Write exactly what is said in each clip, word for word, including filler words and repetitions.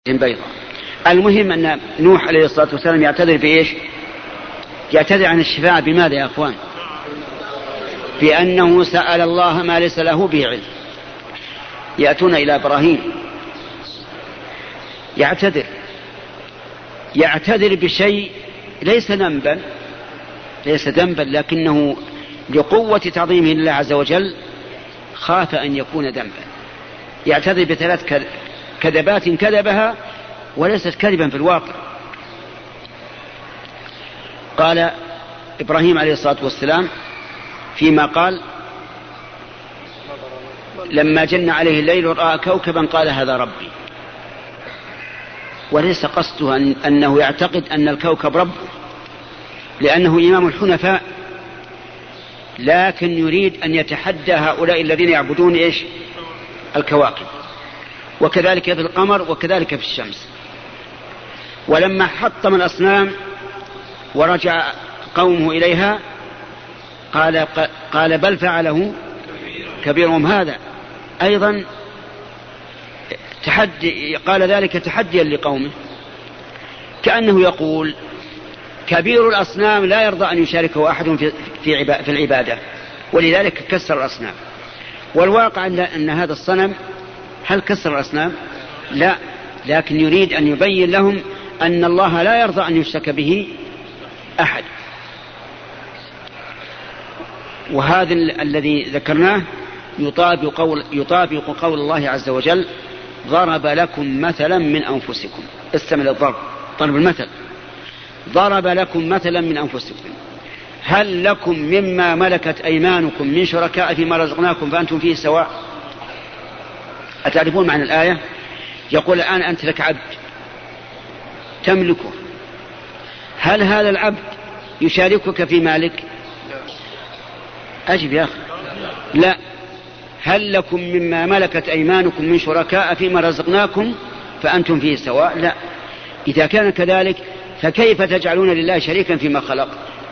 بيضاء. المهم أن نوح عليه الصلاة والسلام يعتذر بإيش؟ يعتذر عن الشفاعة بماذا يا أخوان؟ بأنه سأل الله ما ليس له به علم. يأتون إلى إبراهيم يعتذر يعتذر بشيء ليس ذنبا ليس ذنبا لكنه لقوة تعظيمه لله عز وجل خاف أن يكون ذنبا. يعتذر بثلاث كذبات كذبها وليست كذبا في الواقع. قال إبراهيم عليه الصلاة والسلام فيما قال لما جن عليه الليل ورأى كوكبا قال هذا ربي، وليس قصده أن أنه يعتقد أن الكوكب ربه لأنه إمام الحنفاء، لكن يريد أن يتحدى هؤلاء الذين يعبدون إيش؟ الكواكب، وكذلك في القمر وكذلك في الشمس. ولما حطم الأصنام ورجع قومه إليها قال, قال بل فعله كبيرهم هذا أيضا تحدي، قال ذلك تحديا لقومه، كأنه يقول كبير الأصنام لا يرضى أن يشاركه أحد في في العبادة ولذلك كسر الأصنام. والواقع أن هذا الصنم هل كسر الأصنام؟ لا، لكن يريد أن يبين لهم أن الله لا يرضى أن يشرك به أحد. وهذا الذي ذكرناه يطابق قول, يطابق قول الله عز وجل ضرب لكم مثلا من أنفسكم. استمع للضرب، ضرب المثل. ضرب لكم مثلا من أنفسكم هل لكم مما ملكت أيمانكم من شركاء فيما رزقناكم فأنتم فيه سواء. أتعرفون معنى الآية؟ يقول الآن أنت لك عبد تملكه، هل هذا العبد يشاركك في مالك؟ أجب يا أخي. لا. هل لكم مما ملكت أيمانكم من شركاء فيما رزقناكم فأنتم فيه سواء؟ لا. إذا كان كذلك فكيف تجعلون لله شريكا فيما خلق؟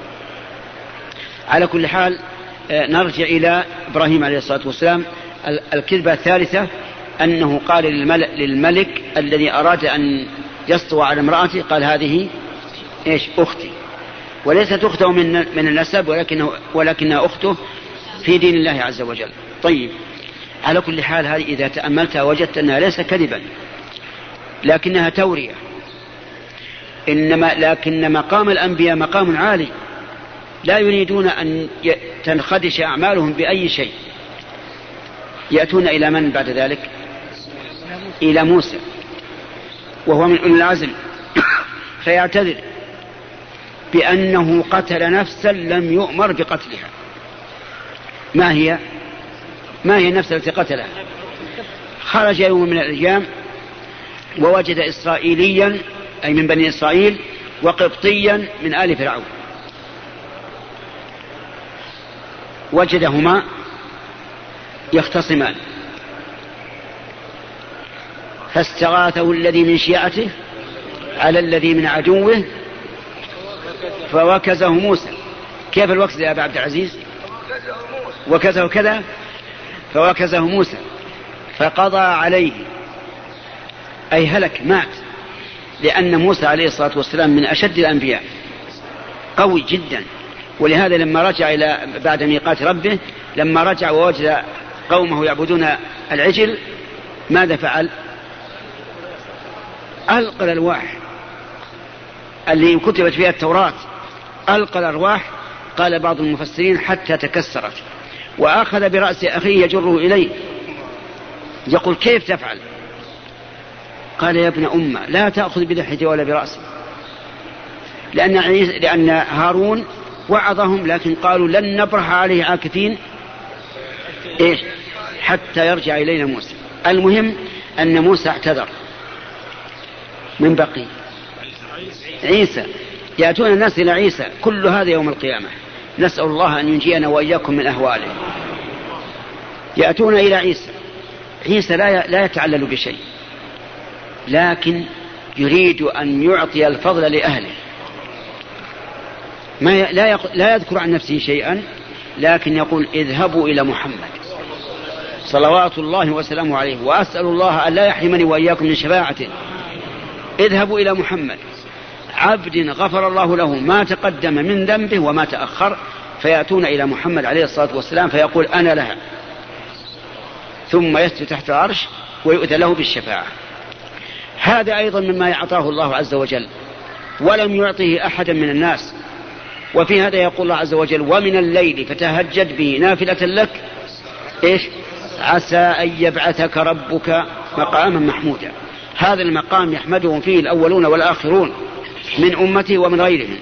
على كل حال نرجع إلى إبراهيم عليه الصلاة والسلام. الكذبة الثالثة أنه قال للملك الذي أراد أن يسطو على امرأته قال هذه إيش؟ أختي، وليست أخته من من النسب ولكنه ولكنها أخته في دين الله عز وجل. طيب، على كل حال هذه إذا تأملتها وجدت أنها ليس كذبا لكنها تورية. إنما لكن مقام الأنبياء مقام عالي، لا يريدون أن تنخدش أعمالهم بأي شيء. يأتون إلى من بعد ذلك؟ إلى موسى وهو من أولي العزم فيعتذر بأنه قتل نفسا لم يؤمر بقتلها. ما هي ما هي النفس التي قتلها؟ خرج يوم من الأيام ووجد إسرائيليا أي من بني إسرائيل وقبطيا من آل فرعون، وجدهما يختصمان فاستغاثه الذي من شيعته على الذي من عدوه فوكزه موسى. كيف الوكز يا أبا عبد العزيز؟ وكزه كذا فوكزه موسى فقضى عليه أي هلك مات، لأن موسى عليه الصلاة والسلام من أشد الأنبياء قوي جدا. ولهذا لما رجع إلى بعد ميقات ربه لما رجع ووجد قومه يعبدون العجل ماذا فعل؟ ألقى الألواح اللي كتبت فيها التوراة، ألقى الأرواح. قال بعض المفسرين حتى تكسرت، وأخذ برأس أخيه يجره إليه يقول كيف تفعل؟ قال يا ابن أمة لا تأخذ بلحيته ولا برأسه، لأن, لأن هارون وعظهم لكن قالوا لن نبرح عليه عاكفين إيش؟ حتى يرجع إلينا موسى. المهم أن موسى اعتذر. من بقي؟ عيسى. يأتون الناس إلى عيسى، كل هذا يوم القيامة. نسأل الله أن ينجينا وإياكم من أهواله. يأتون إلى عيسى، عيسى لا لا يتعلل بشيء لكن يريد أن يعطي الفضل لأهله. ما لا لا يذكر عن نفسه شيئا لكن يقول اذهبوا إلى محمد صلوات الله وسلامه عليه وأسأل الله أن لا يحرمني وإياكم من شفاعته. اذهبوا إلى محمد عبد غفر الله له ما تقدم من ذنبه وما تأخر، فيأتون إلى محمد عليه الصلاة والسلام فيقول أنا لها، ثم يسجد تحت العرش ويؤتى له بالشفاعة. هذا أيضا مما يعطاه الله عز وجل ولم يعطه أحدا من الناس. وفي هذا يقول الله عز وجل ومن الليل فتهجد به نافلة لك إيش عسى أن يبعثك ربك مقاما محمودا. هذا المقام يحمدهم فيه الأولون والآخرون من أمته ومن غيرهم.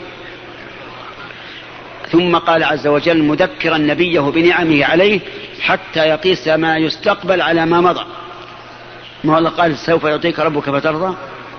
ثم قال عز وجل مذكرا نبيه بنعمه عليه حتى يقيس ما يستقبل على ما مضى. ما الله قال سوف يعطيك ربك فترضى.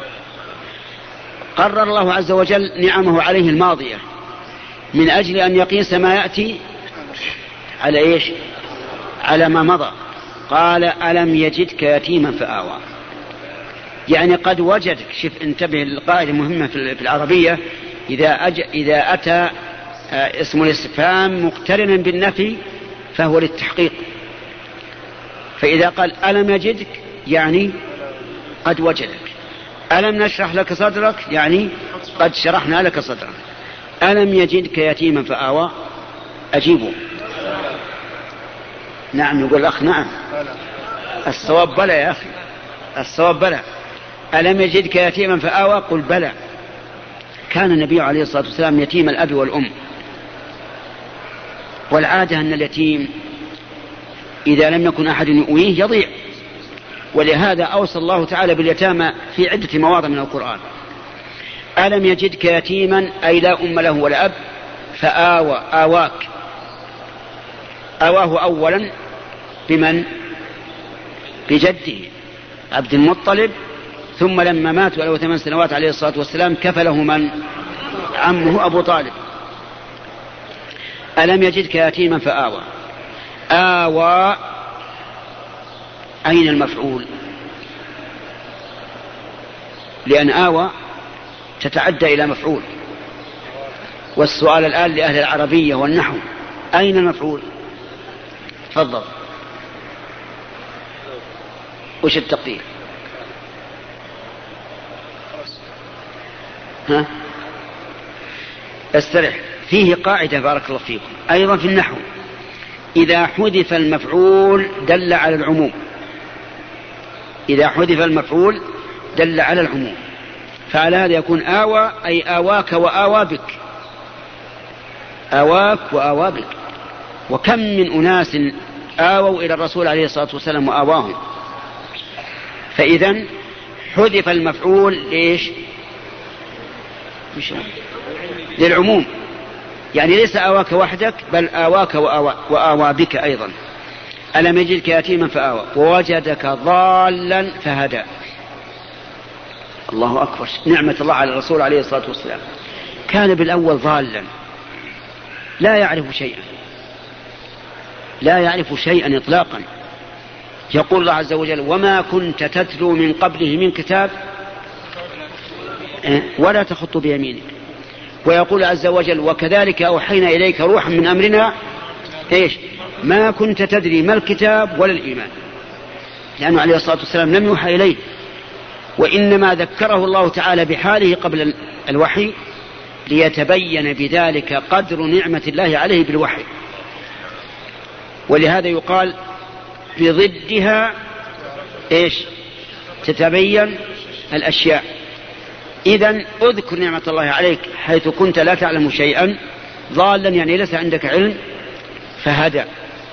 قرر الله عز وجل نعمه عليه الماضية من أجل أن يقيس ما يأتي على إيش على ما مضى. قال ألم يجدك يتيما فآوى، يعني قد وجدك. شف انتبه القاعدة مهمة في العربية، إذا, أج... إذا أتى اسم الاستفهام مقترنا بالنفي فهو للتحقيق. فإذا قال ألم يجدك يعني قد وجدك. ألم نشرح لك صدرك يعني قد شرحنا لك صدرك. ألم يجدك يتيما فآوى أجيبه. نعم يقول الأخ نعم الصواب بلى يا أخي الصواب بلى. ألم يجدك يتيما فآوى قل بلى. كان النبي عليه الصلاة والسلام يتيم الأب والأم، والعادة أن اليتيم إذا لم يكن أحد يؤويه يضيع، ولهذا أوصى الله تعالى باليتامى في عدة مواضع من القرآن. ألم يجدك يتيما أي لا أم له ولا أب فآوى آواك. آواه أولا بمن بجده عبد المطلب، ثم لما مات وله ثمان سنوات عليه الصلاة والسلام كفله من عمه أبو طالب. ألم يجدك يتيما فآوى. آوى أين المفعول؟ لأن آوى تتعدى إلى مفعول، والسؤال الآن لأهل العربية والنحو أين المفعول؟ تفضل وش التقدير؟ ها استرح. فيه قاعدة بارك الله فيكم أيضا في النحو، إذا حذف المفعول دل على العموم. إذا حذف المفعول دل على العموم، فعلى هذا يكون آوى أي آواك وآوى بك. آواك وآوى بك. وكم من أناس آووا إلى الرسول عليه الصلاة والسلام وآواهم. فإذا حذف المفعول ليش؟ للعموم، يعني ليس آواك وحدك بل آواك وآوى, وآوى بك أيضا. ألم يجدك يتيما فآوى ووجدك ضالا فهدى. الله أكبر، نعمة الله على الرسول عليه الصلاة والسلام. كان بالأول ضالا لا يعرف شيئا لا يعرف شيئا إطلاقا. يقول الله عز وجل وما كنت تتلو من قبله من كتاب ولا تخط بيمينك. ويقول عز وجل وكذلك أوحينا إليك روحا من أمرنا إيش ما كنت تدري ما الكتاب ولا الإيمان، لأنه عليه الصلاة والسلام لم يوحى إليه، وإنما ذكره الله تعالى بحاله قبل الوحي ليتبين بذلك قدر نعمة الله عليه بالوحي. ولهذا يقال بضدها إيش تتبين الأشياء. إذن أذكر نعمة الله عليك حيث كنت لا تعلم شيئا، ضالا يعني ليس عندك علم، فهدى.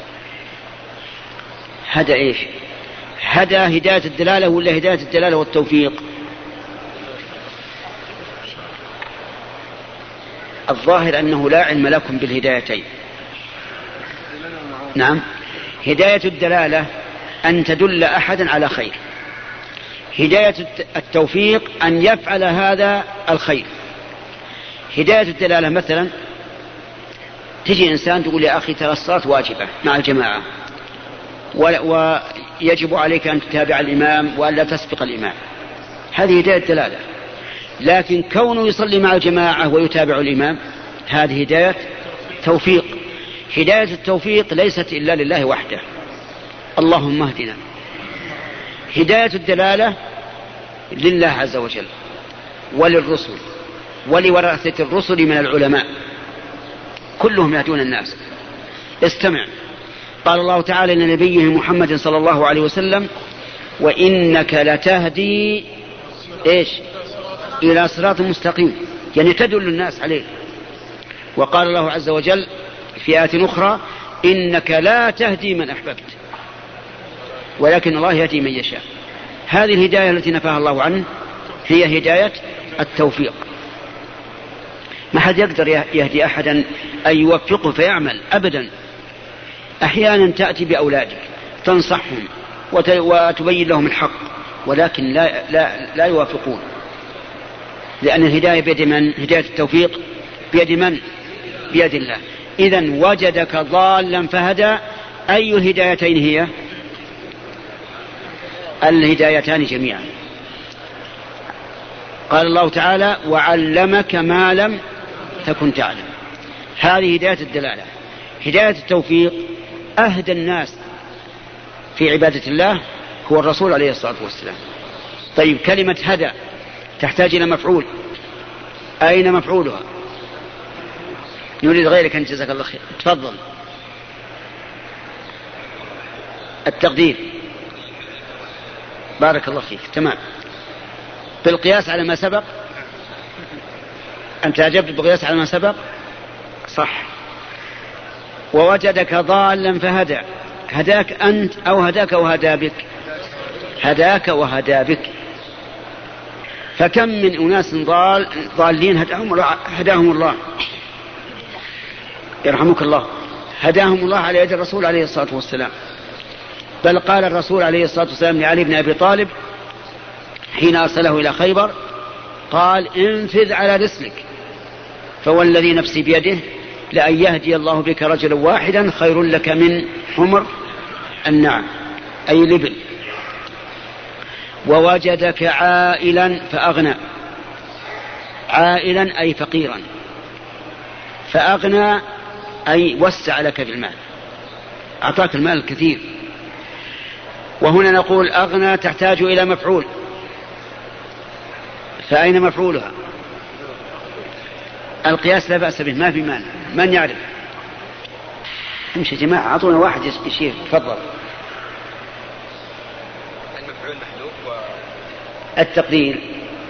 هدى إيش؟ هدى هداية الدلالة ولا هداية الدلالة والتوفيق؟ الظاهر أنه لا علم لكم بالهدايتين. نعم، هداية الدلالة أن تدل أحدا على خير، هداية التوفيق أن يفعل هذا الخير. هداية الدلالة مثلا تجي إنسان تقول يا أخي ترى الصلاة واجبة مع الجماعة ويجب عليك أن تتابع الإمام وأن لا تسبق الإمام، هذه هداية دلالة. لكن كونه يصلي مع الجماعة ويتابع الإمام هذه هداية توفيق. هداية التوفيق ليست إلا لله وحده، اللهم اهدنا. هداية الدلالة لله عز وجل، وللرسل ولورثة الرسل من العلماء، كلهم يهدون الناس. استمع، قال الله تعالى لنبيه محمد صلى الله عليه وسلم: وإنك لتهدي إيش؟ إلى صراط مستقيم، يعني تدل الناس عليه. وقال الله عز وجل في آية أخرى: إنك لا تهدي من أحببت ولكن الله يهدي من يشاء. هذه الهداية التي نفاها الله عنه هي هداية التوفيق. ما حد يقدر يهدي أحدا أن يوفقه فيعمل أبدا. أحيانا تأتي بأولادك تنصحهم وتبين لهم الحق، ولكن لا, لا, لا يوافقون، لأن الهداية بيد من؟ هداية التوفيق بيد من؟ بيد الله. إذن وجدك ضالا فهدى، أي الهدايتين هي؟ الهدايتان جميعا. قال الله تعالى: وعلمك ما لم تكن تعلم. هذه هداية الدلالة. هداية التوفيق أهدى الناس في عبادة الله هو الرسول عليه الصلاة والسلام. طيب، كلمة هدى تحتاج إلى مفعول، أين مفعولها؟ نريد غيرك أن جزاك الله خير. تفضل. التقدير. بارك الله فيك. تمام. بالقياس على ما سبق. أنت أجبت بالقياس على ما سبق، صح. ووجدك ضالا فهدى. هداك أنت أو هداك وهدى بك؟ هداك وهدى بك. فكم من أناس ضال ضالين هداهم, هداهم الله، يرحمك الله، هداهم الله على يد الرسول عليه الصلاة والسلام. بل قال الرسول عليه الصلاة والسلام لعلي بن أبي طالب حين أرسله إلى خيبر: قال: انفذ على رسلك، فوالذي نفسي بيده لأن يهدي الله بك رجلا واحدا خير لك من حمر النعم، أي لبن. ووجدك عائلا فأغنى. عائلا أي فقيرا، فأغنى أي وسع لك في المال، أعطاك المال الكثير. وهنا نقول أغنى تحتاج إلى مفعول، فأين مفعولها؟ القياس لا بأس به، ما في مانع. من يعرف؟ امشي يا جماعة، أعطونا واحد يشير. تفضل. المفعول محذوف و... التقدير.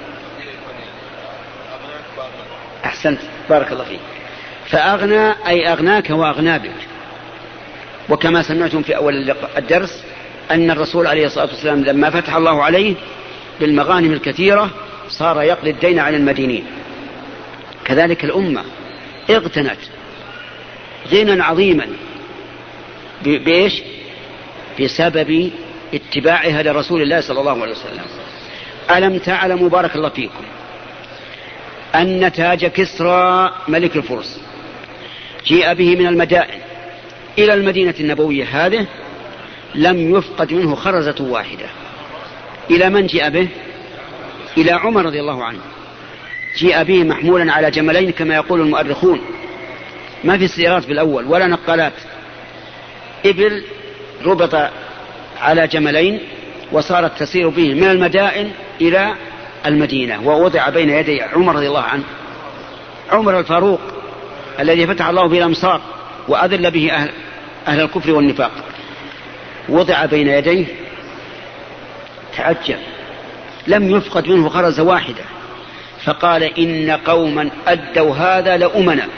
أحسنت، بارك الله فيك. فأغنى أي أغناك وأغنى بك. وكما سمعتم في أول الدرس أن الرسول عليه الصلاة والسلام لما فتح الله عليه بالمغانم الكثيرة صار يقضي الدين عن المدينين. كذلك الأمة اغتنت غنى عظيما بإيش؟ بسبب اتباعها لرسول الله صلى الله عليه وسلم. ألم تعلموا بارك الله فيكم أن تاج كسرى ملك الفرس جيء به من المدائن إلى المدينة النبوية هذه لم يفقد منه خرزة واحدة. إلى من جاء به؟ إلى عمر رضي الله عنه. جاء به محمولا على جملين كما يقول المؤرخون، ما في سيارات بالأول ولا نقالات، إبل ربط على جملين وصارت تسير به من المدائن إلى المدينة، ووضع بين يدي عمر رضي الله عنه. عمر الفاروق الذي فتح الله به الأمصار وأذل به أهل, أهل الكفر والنفاق، وضع بين يديه، تعجب، لم يفقد منه خرزة واحدة. فقال: إن قوما أدوا هذا لأمنا.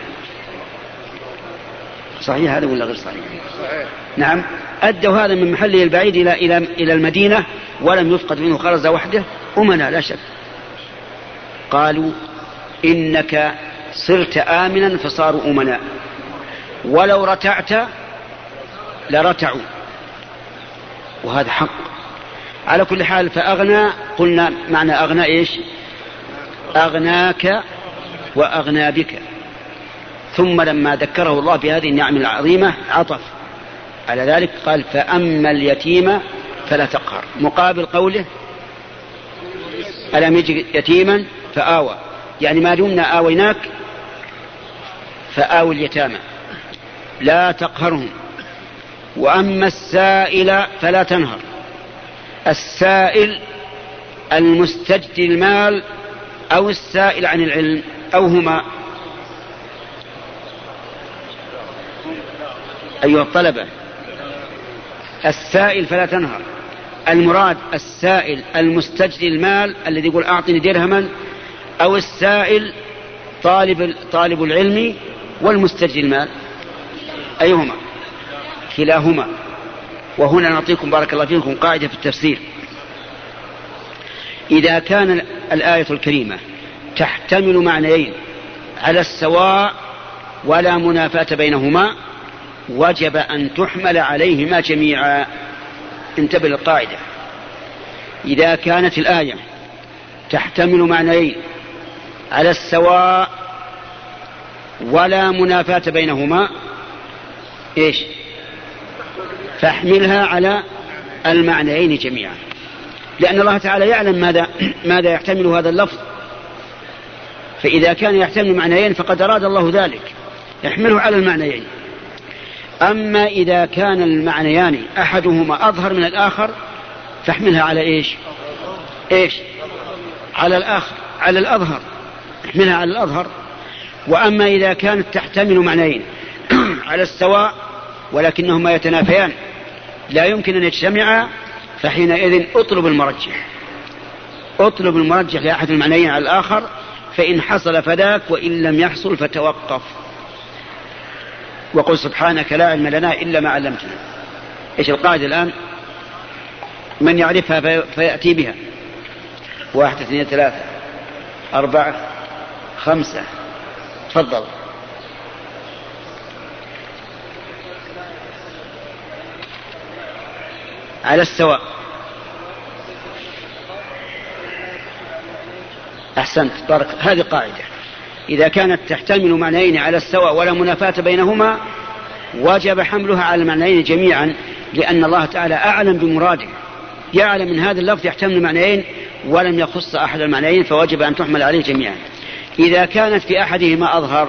صحيح هذا ولا غير صحيح؟ نعم، أدوا هذا من محله البعيد إلى, إلى, إلى المدينة ولم يفقد منه خرزة واحدة، أمنا لا شك. قالوا: إنك صرت آمنا فصاروا أمنا، ولو رتعت لرتعوا. وهذا حق. على كل حال، فأغنى قلنا معنى أغنى إيش؟ أغناك وأغنى بك. ثم لما ذكره الله بهذه النعم العظيمة عطف على ذلك قال: فأما اليتيم فلا تقهر، مقابل قوله: ألم يجد يتيما فآوى، يعني ما دمنا آويناك فآوي اليتامى لا تقهرهم. وأما السائل فلا تنهر. السائل المستجدي المال أو السائل عن العلم أو هما. أيها الطلبة، السائل فلا تنهر، المراد السائل المستجدي المال الذي يقول أعطني درهما، أو السائل طالب, طالب العلم والمستجدي المال، أيهما؟ كلاهما. وهنا نعطيكم بارك الله فيكم قاعدة في التفسير: إذا كان الآية الكريمة تحتمل معنيين على السواء ولا منافاة بينهما وجب أن تحمل عليهما جميعا. انتبه للقاعدة: إذا كانت الآية تحتمل معنيين على السواء ولا منافاة بينهما إيش؟ فاحملها على المعنيين جميعا، لأن الله تعالى يعلم ماذا, ماذا يحتمل هذا اللفظ، فإذا كان يحتمل معنيين فقد أراد الله ذلك، يحمله على المعنيين. أما إذا كان المعنيان أحدهما أظهر من الآخر فاحملها على إيش؟ إيش؟ على الآخر، على الأظهر، احملها على الأظهر. وأما إذا كانت تحتمل معنيين على السواء ولكنهما يتنافيان لا يمكن أن يجتمعا فحينئذ اطلب المرجح، اطلب المرجح لأحد المعنيين على الآخر، فإن حصل فذاك وإن لم يحصل فتوقف. وقل سبحانك لا علم لنا إلا ما علمتنا. إيش القاعدة الآن؟ من يعرفها فيأتي بها. واحد اثنين ثلاثة أربعة خمسة. تفضل. على السواء. أحسنت، بارك. هذه قاعدة: إذا كانت تحتمل معنيين على السواء ولا منافاة بينهما وجب حملها على المعنيين جميعا، لأن الله تعالى أعلم بمراده، يعلم من هذا اللفظ يحتمل معنيين ولم يخص أحد المعنيين فوجب أن تحمل عليه جميعا. إذا كانت في أحدهما أظهر،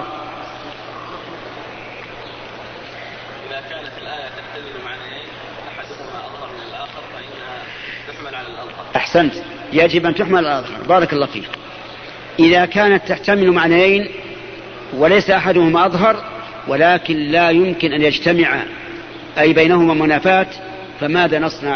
إذا كانت الآية تحتمل معنيين أحدهما أظهر من الآخر فإنها تحمل على الأظهر. أحسنت، يجب أن تحمل على الأظهر، بارك الله فيك. إذا كانت تحتمل معنيين وليس أحدهما أظهر ولكن لا يمكن أن يجتمع أي بينهما منافاة، فماذا نصنع؟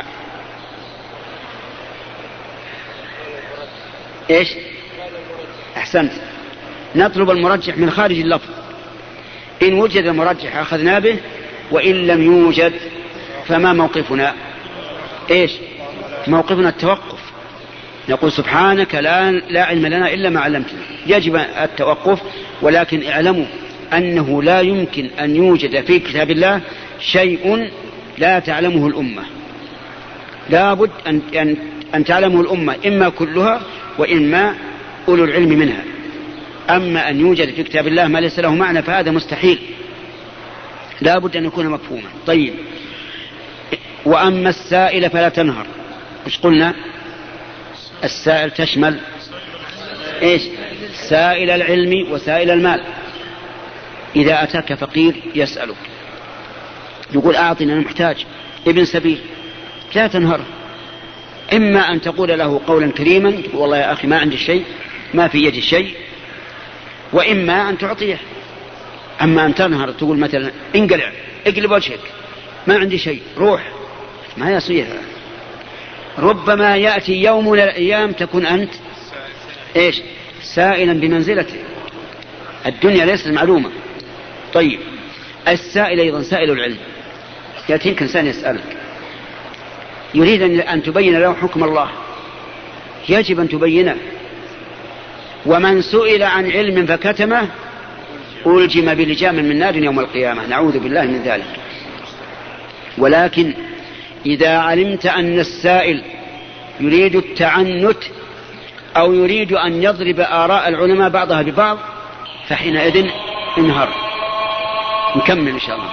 إيش؟ أحسنت، نطلب المرجح من خارج اللفظ. إن وجد المرجح أخذنا به، وإن لم يوجد فما موقفنا؟ إيش موقفنا؟ التوقف. نقول سبحانك لا, لا علم لنا إلا ما علمتنا. يجب التوقف، ولكن اعلموا أنه لا يمكن أن يوجد في كتاب الله شيء لا تعلمه الأمة، لا بد أن, أن, أن تعلمه الأمة، إما كلها وإما أولو العلم منها. أما أن يوجد في كتاب الله ما ليس له معنى فهذا مستحيل، لا بد أن يكون مفهوما. طيب، وأما السائل فلا تنهر. مش قلنا السائل تشمل إيش؟ سائل العلم وسائل المال. إذا أتاك فقير يسألك يقول أعطني أنا محتاج، ابن سبيل، لا تنهر. إما أن تقول له قولا كريما، تقول والله يا أخي ما عندي شيء، ما في يدي شيء، وإما أن تعطيه. أما أن تنهر تقول مثلا انقلع، اقلب وجهك، ما عندي شيء، روح، ما يصير. ربما يأتي يوم من الأيام تكون أنت إيش؟ سائلا بمنزلته. الدنيا ليست معلومة. طيب، السائل أيضا سائل العلم، يأتيك إنسان يسألك يريد أن تبين له حكم الله، يجب أن تبينه. ومن سئل عن علم فكتمه ألجم بلجام من نار يوم القيامة، نعوذ بالله من ذلك. ولكن إذا علمت أن السائل يريد التعنت أو يريد أن يضرب آراء العلماء بعضها ببعض فحينئذ انهر. نكمل إن شاء الله.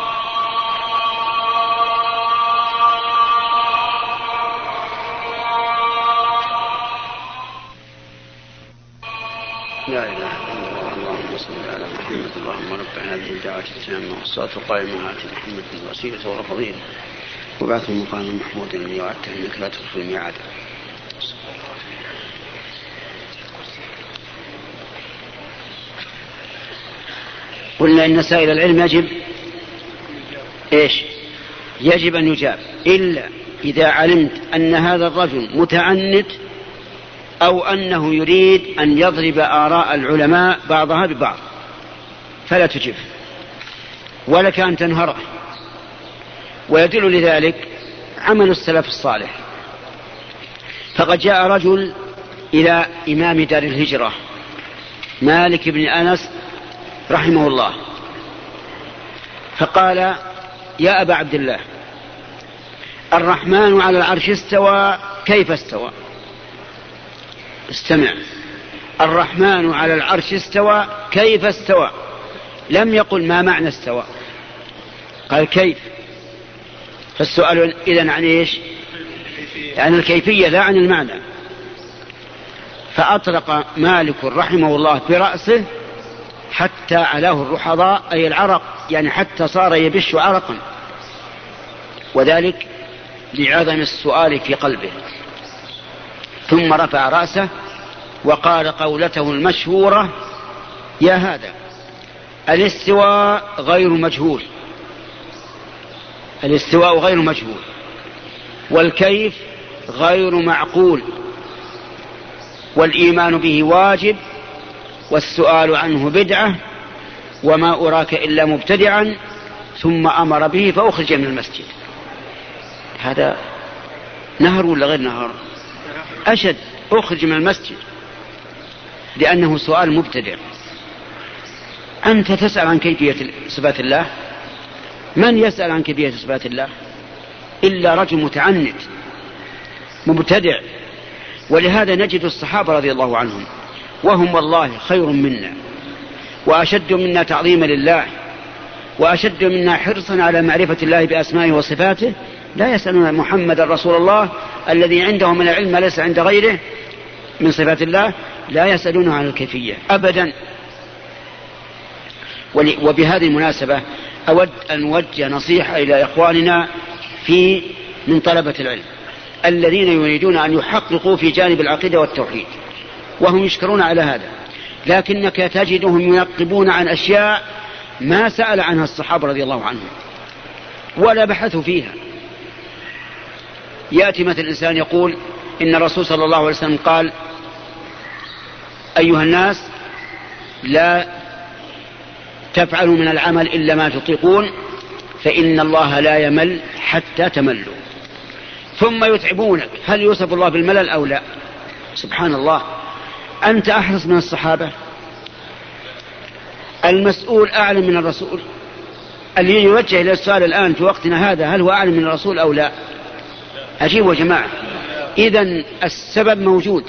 لا إله إلا الله، اللهم صل على محمد. اللهم رب هذه الدعوة التامة والصلاة القائمة آت محمد الوسيلة والفضيلة وبعثه مقام محمود الذي وعدته إنك لا تخلف الميعاد. قلنا إن سائل العلم يجب إيش؟ يجب أن يجاب، إلا إذا علمت أن هذا الرجل متعنت أو أنه يريد أن يضرب آراء العلماء بعضها ببعض فلا تجب، ولك أن تنهره. ويدل لذلك عمل السلف الصالح. فقد جاء رجل إلى إمام دار الهجرة مالك بن أنس رحمه الله فقال: يا أبا عبد الله، الرحمن على العرش استوى، كيف استوى؟ استمع، الرحمن على العرش استوى، كيف استوى؟ لم يقل ما معنى استوى، قال كيف. فالسؤال إذن عن إيش؟ عن الكيفية لا عن المعنى. فأطلق مالك رحمه الله برأسه حتى علاه الرحضاء، أي العرق، يعني حتى صار يبش عرقا، وذلك لعظم السؤال في قلبه. ثم رفع رأسه وقال قولته المشهورة: يا هذا، الاستواء غير مجهول، الاستواء غير مجهول، والكيف غير معقول، والإيمان به واجب، والسؤال عنه بدعة، وما أراك إلا مبتدعا. ثم أمر به فأخرج من المسجد. هذا نهر ولا غير نهر؟ أشد، أخرج من المسجد لأنه سؤال مبتدع. أنت تسأل عن كيفية صفات الله؟ من يسأل عن كيفية صفات الله إلا رجل متعنت مبتدع. ولهذا نجد الصحابة رضي الله عنهم وهم والله خير منا وأشد منا تعظيما لله وأشد منا حرصا على معرفة الله بأسمائه وصفاته، لا يسألون محمد رسول الله الذي عنده من العلم ليس عند غيره من صفات الله، لا يسألونه عن الكيفية أبدا. وبهذه المناسبة أود أن أوجه نصيحة إلى إخواننا في من طلبة العلم الذين يريدون أن يحققوا في جانب العقيدة والتوحيد، وهم يشكرون على هذا، لكنك تجدهم ينقبون عن أشياء ما سأل عنها الصحابة رضي الله عنهم ولا بحثوا فيها. يأتي مثل الإنسان يقول إن الرسول صلى الله عليه وسلم قال: أيها الناس، لا تفعلوا من العمل إلا ما تطيقون، فإن الله لا يمل حتى تملوا. ثم يتعبونك، هل يوصف الله بالملل أو لا؟ سبحان الله، أنت أحرص من الصحابة؟ المسؤول أعلم من الرسول؟ اللي يوجه إلى السؤال الآن في وقتنا هذا هل هو أعلم من الرسول أو لا؟ أجيبوا يا جماعة. إذن السبب موجود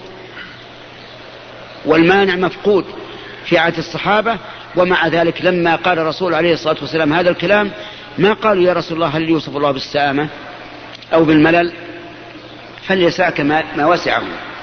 والمانع مفقود في عهد الصحابة، ومع ذلك لما قال الرسول عليه الصلاة والسلام هذا الكلام ما قالوا يا رسول الله هل يوصف الله بالسآمة أو بالملل؟ فليسعك ما وسعه.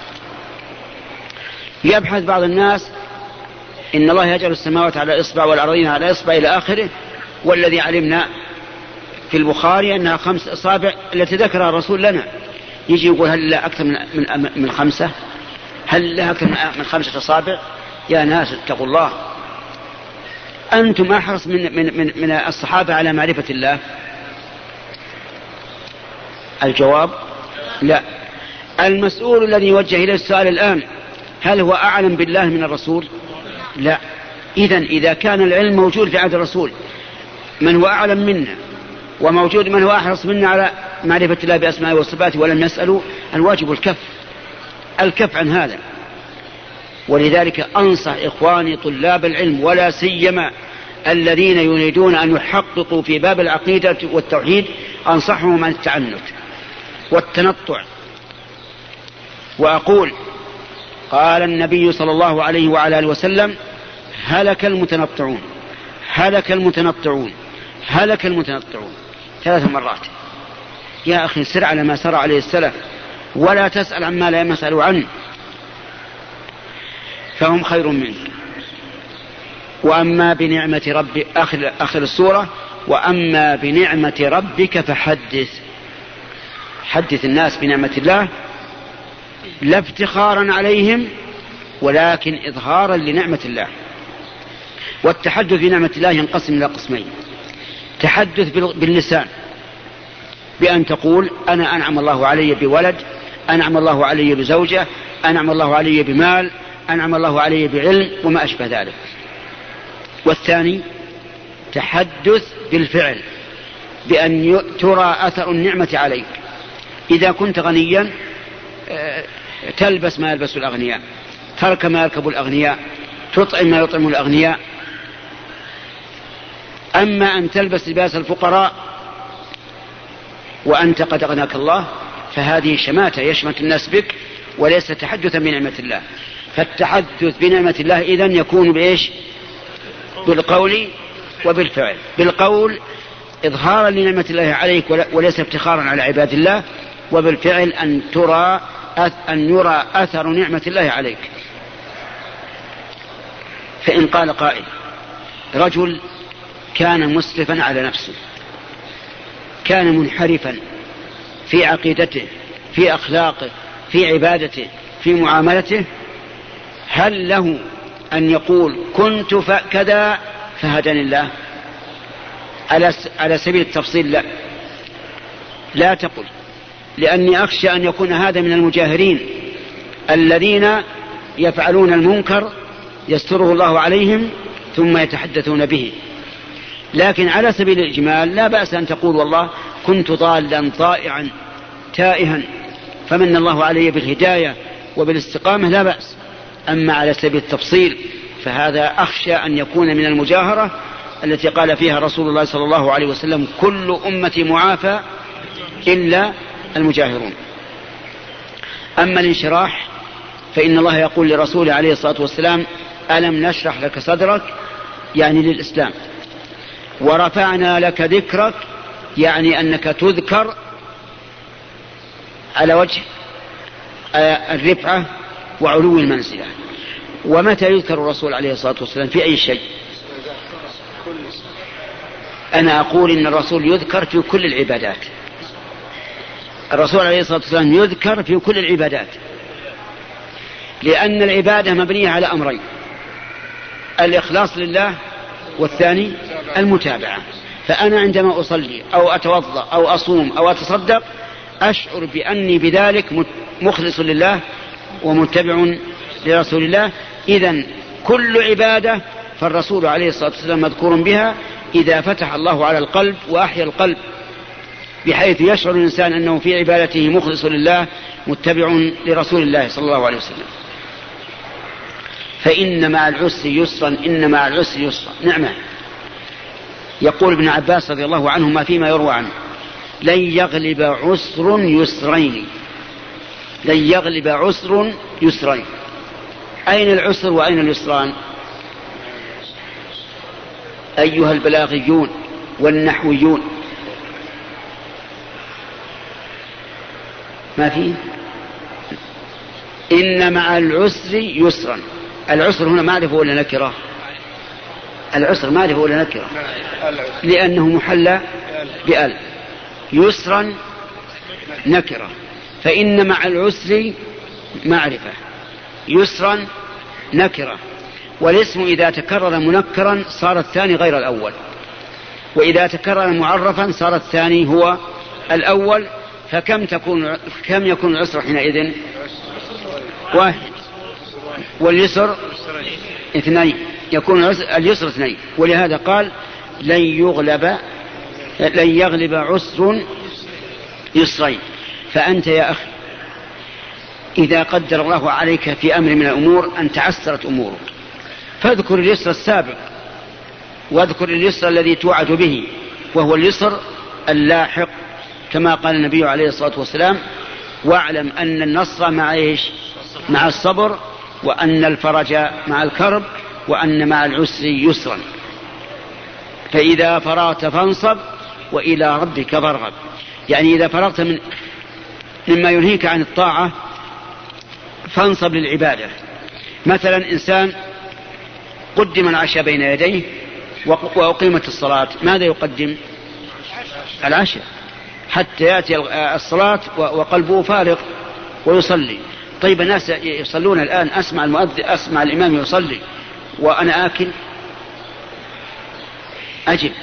يبحث بعض الناس إن الله يجعل السماوات على إصبع والأرضين على إصبع إلى آخره، والذي علمنا في البخاري أنها خمس أصابع التي ذكرها الرسول لنا. يجي يقول هل لها أكثر من, من, من خمسة؟ هل لها أكثر من خمسة أصابع؟ يا ناس اتقوا الله، أنتم أحرص من, من, من, من الصحابة على معرفة الله؟ الجواب لا. المسؤول الذي يوجه إليه السؤال الآن هل هو أعلم بالله من الرسول؟ لا. إذن إذا كان العلم موجود في عهد الرسول من هو أعلم منا، وموجود من هو أحرص منا على معرفة الله بأسمائه وصفاته ولم يسألوا، الواجب الكف الكف عن هذا. ولذلك أنصح إخواني طلاب العلم ولا سيما الذين يريدون أن يحققوا في باب العقيدة والتوحيد، أنصحهم عن التعنت والتنطع. وأقول قال النبي صلى الله عليه وعلى آله وسلم: هلك المتنطعون هلك المتنطعون هلك المتنطعون ثلاث مرات. يا أخي سر على ما سر عليه السلف ولا تسأل عما لا يسأل عنه، فهم خير منك. وأما بنعمة ربك، آخر, آخر السورة: وأما بنعمة ربك فحدث. حدث الناس بنعمة الله لا افتخارا عليهم ولكن إظهارا لنعمة الله. والتحدث بنعمة الله ينقسم إلى قسمين: تحدث باللسان بأن تقول أنا أنعم الله علي بولد، أنعم الله علي بزوجة، أنعم الله علي بمال، أنعم الله علي بعلم وما أشبه ذلك. والثاني تحدث بالفعل بأن ترى أثر النعمة عليك. إذا كنت غنيا تلبس ما يلبس الأغنياء، ترك ما يركب الأغنياء، تطعم ما يطعم الأغنياء. أما أن تلبس لباس الفقراء وأنت قد أغناك الله فهذه شماتة يشمت الناس بك وليس تحدثا بنعمة الله. فالتحدث بنعمة الله إذن يكون بإيش؟ بالقول وبالفعل. بالقول إظهارا لنعمة الله عليك وليس افتخارا على عباد الله، وبالفعل أن ترى أن يرى أثر نعمة الله عليك. فإن قال قائل: رجل كان مسرفا على نفسه، كان منحرفا في عقيدته، في أخلاقه، في عبادته، في معاملته، هل له أن يقول كنت كذا فهداني الله؟ على سبيل التفصيل لا لا تقل، لأني أخشى أن يكون هذا من المجاهرين الذين يفعلون المنكر يستره الله عليهم ثم يتحدثون به. لكن على سبيل الإجمال لا بأس أن تقول والله كنت ضالا طائعا تائها فمن الله علي بالهداية وبالاستقامة، لا بأس. أما على سبيل التفصيل فهذا أخشى أن يكون من المجاهرة التي قال فيها رسول الله صلى الله عليه وسلم: كل أمتي معافى إلا المجاهرون. أما الانشراح فإن الله يقول لرسوله عليه الصلاة والسلام: ألم نشرح لك صدرك، يعني للإسلام، ورفعنا لك ذكرك، يعني أنك تذكر على وجه الرفعة وعلو المنزلة. ومتى يذكر الرسول عليه الصلاة والسلام في أي شيء؟ أنا أقول إن الرسول يذكر في كل العبادات. الرسول عليه الصلاة والسلام يذكر في كل العبادات، لأن العبادة مبنية على أمرين: الإخلاص لله، والثاني المتابعة. فأنا عندما أصلي أو أتوضأ أو أصوم أو أتصدق أشعر بأني بذلك مخلص لله ومتبع لرسول الله. إذن كل عبادة فالرسول عليه الصلاة والسلام مذكور بها إذا فتح الله على القلب وأحيا القلب بحيث يشعر الإنسان أنه في عبادته مخلص لله متبع لرسول الله صلى الله عليه وسلم. فإن مع العسر يسرا، إن مع العسر يسرا، نعمة. يقول ابن عباس رضي الله عنهما فيما يروى عنه: لن يغلب عسر يسرين، لن يغلب عسر يسرين. أين العسر وأين اليسران؟ أيها البلاغيون والنحويون، ما فيه؟ إن مع العسر يسرا. العسر هنا معرفة ولا نكرة؟ العسر معرفة ولا نكرة؟ لأنه محلى بأل. يسرا نكرة، فإن مع العسر معرفة، يسرا نكرة. والاسم إذا تكرر منكرا صار الثاني غير الأول، وإذا تكرر معرفا صار الثاني هو الأول. فكم تكون كم يكون العسر حينئذ؟ واحد. واليسر اثنين، يكون اليسر اثنين. ولهذا قال: لن يغلب لن يغلب عسر يسرين. فأنت يا أخي إذا قدر الله عليك في أمر من الأمور أن تعسرت أمورك فاذكر اليسر السابق، واذكر اليسر الذي توعد به، وهو اليسر اللاحق، كما قال النبي عليه الصلاة والسلام: واعلم أن النصر مع إيش؟ مع الصبر، وأن الفرج مع الكرب، وأن مع العسر يسرا. فإذا فرغت فانصب وإلى ربك فارغب. يعني إذا فرغت من مما ينهيك عن الطاعة فانصب للعبادة. مثلا إنسان قدم العشاء بين يديه وأقيمت الصلاة، ماذا يقدم؟ العشاء، حتى يأتي الصلاة وقلبه فارغ ويصلي. طيب الناس يصلون الآن، أسمع المؤذن أسمع الإمام يصلي وأنا آكل، أجب.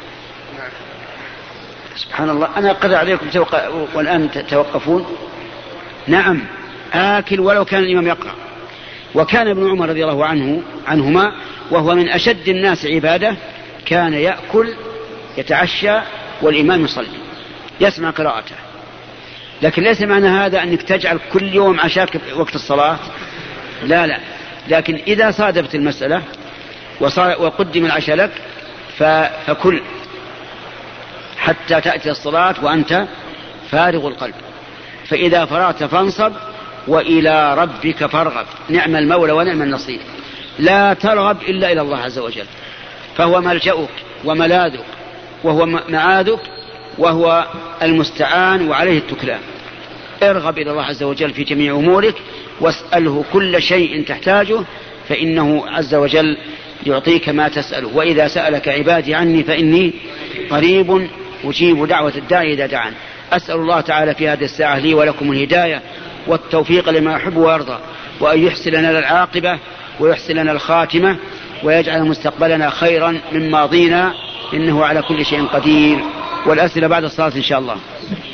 سبحان الله، أنا أقرأ عليكم توق... والآن توقفون. نعم آكل ولو كان الإمام يقرأ. وكان ابن عمر رضي الله عنه عنهما وهو من أشد الناس عبادة كان يأكل يتعشى والإمام يصلي يسمع قراءته. لكن ليس معنى هذا أنك تجعل كل يوم عشاك وقت الصلاة، لا لا، لكن إذا صادفت المسألة وقدم العشاء لك فكل حتى تأتي الصلاة وأنت فارغ القلب، فإذا فرغت فانصب وإلى ربك فارغب، نعم المولى ونعم النصير. لا ترغب إلا إلى الله عز وجل، فهو ملجأك وملاذك وهو معاذك وهو المستعان وعليه التكلان. ارغب إلى الله عز وجل في جميع أمورك واسأله كل شيء تحتاجه، فإنه عز وجل يعطيك ما تسأله. وإذا سألك عبادي عني فإني قريب أجيب دعوة الداعي إذا دعان. أسأل الله تعالى في هذه الساعة لي ولكم الهداية والتوفيق لما يحب ويرضى، وأن يحسن لنا العاقبة ويحسن لنا الخاتمة ويجعل مستقبلنا خيرا من ماضينا، إنه على كل شيء قدير. والأسئلة بعد الصلاة إن شاء الله.